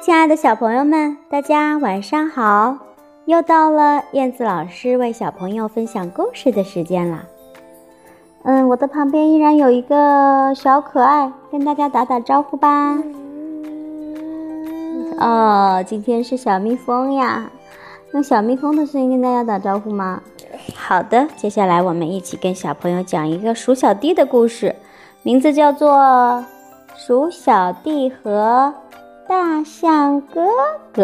亲爱的小朋友们，大家晚上好！又到了燕子老师为小朋友分享故事的时间了。我的旁边依然有一个小可爱，跟大家打打招呼吧。今天是小蜜蜂呀，用小蜜蜂的声音跟大家打招呼吗？好的，接下来我们一起跟小朋友讲一个鼠小弟的故事，名字叫做《鼠小弟和大象哥哥》。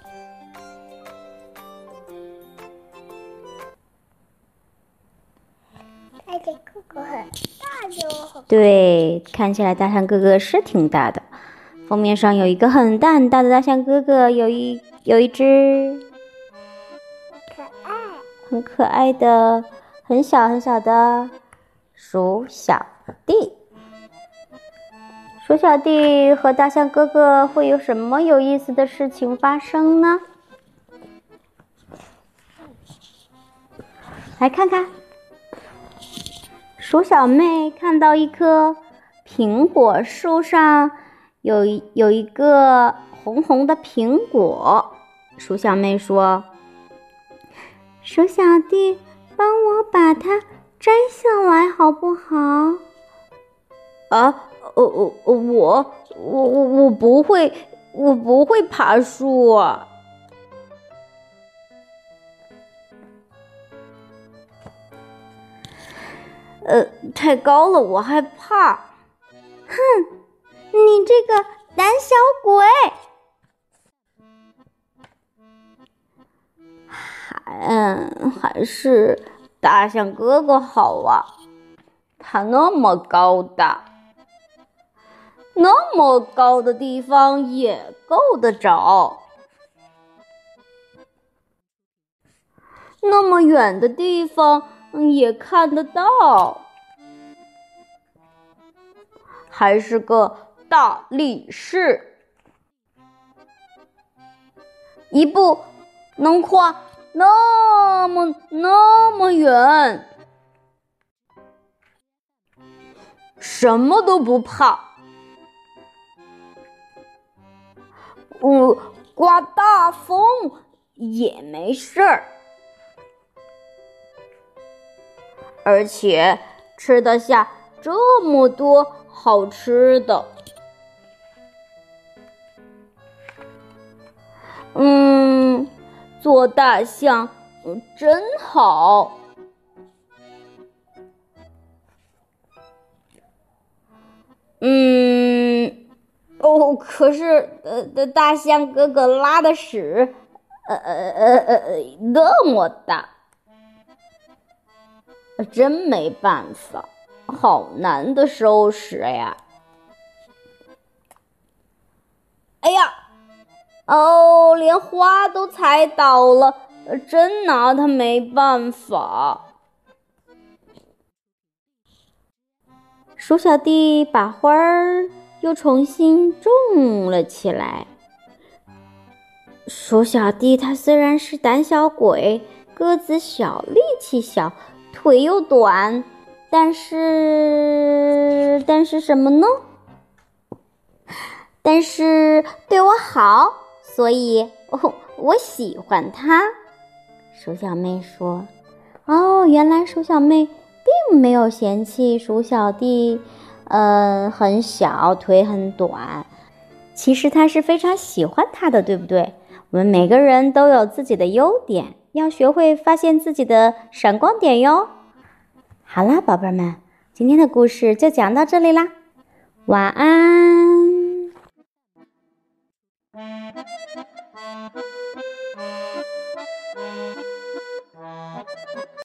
大象哥哥很大哟。 对，看起来大象哥哥是挺大的。封面上有一个很大很大的大象哥哥，有一只很可爱的很小很小的鼠小弟。鼠小弟和大象哥哥会有什么有意思的事情发生呢？来看看，鼠小妹看到一棵苹果树上有一个红红的苹果。鼠小妹说：“鼠小弟，帮我把它摘下来好不好？”我不会爬树啊。太高了，我害怕。哼，你这个胆小鬼！还是大象哥哥好啊，他那么高大，那么高的地方也够得着，那么远的地方也看得到，还是个大力士，一步能跨那么远，什么都不怕。刮大风也没事儿，而且吃得下这么多好吃的。做大象真好。可是大象哥哥拉的屎那么大，真没办法，好难的收拾呀。哎呀，连花都踩倒了，真拿他没办法。鼠小弟把花儿又重新种了起来。鼠小弟他虽然是胆小鬼，个子小，力气小，腿又短，但是什么呢？但是对我好，所以我喜欢他。鼠小妹说：“原来鼠小妹并没有嫌弃鼠小弟，很小，腿很短。其实她是非常喜欢他的，对不对？我们每个人都有自己的优点，要学会发现自己的闪光点哟。”好啦，宝贝们，今天的故事就讲到这里啦，晚安。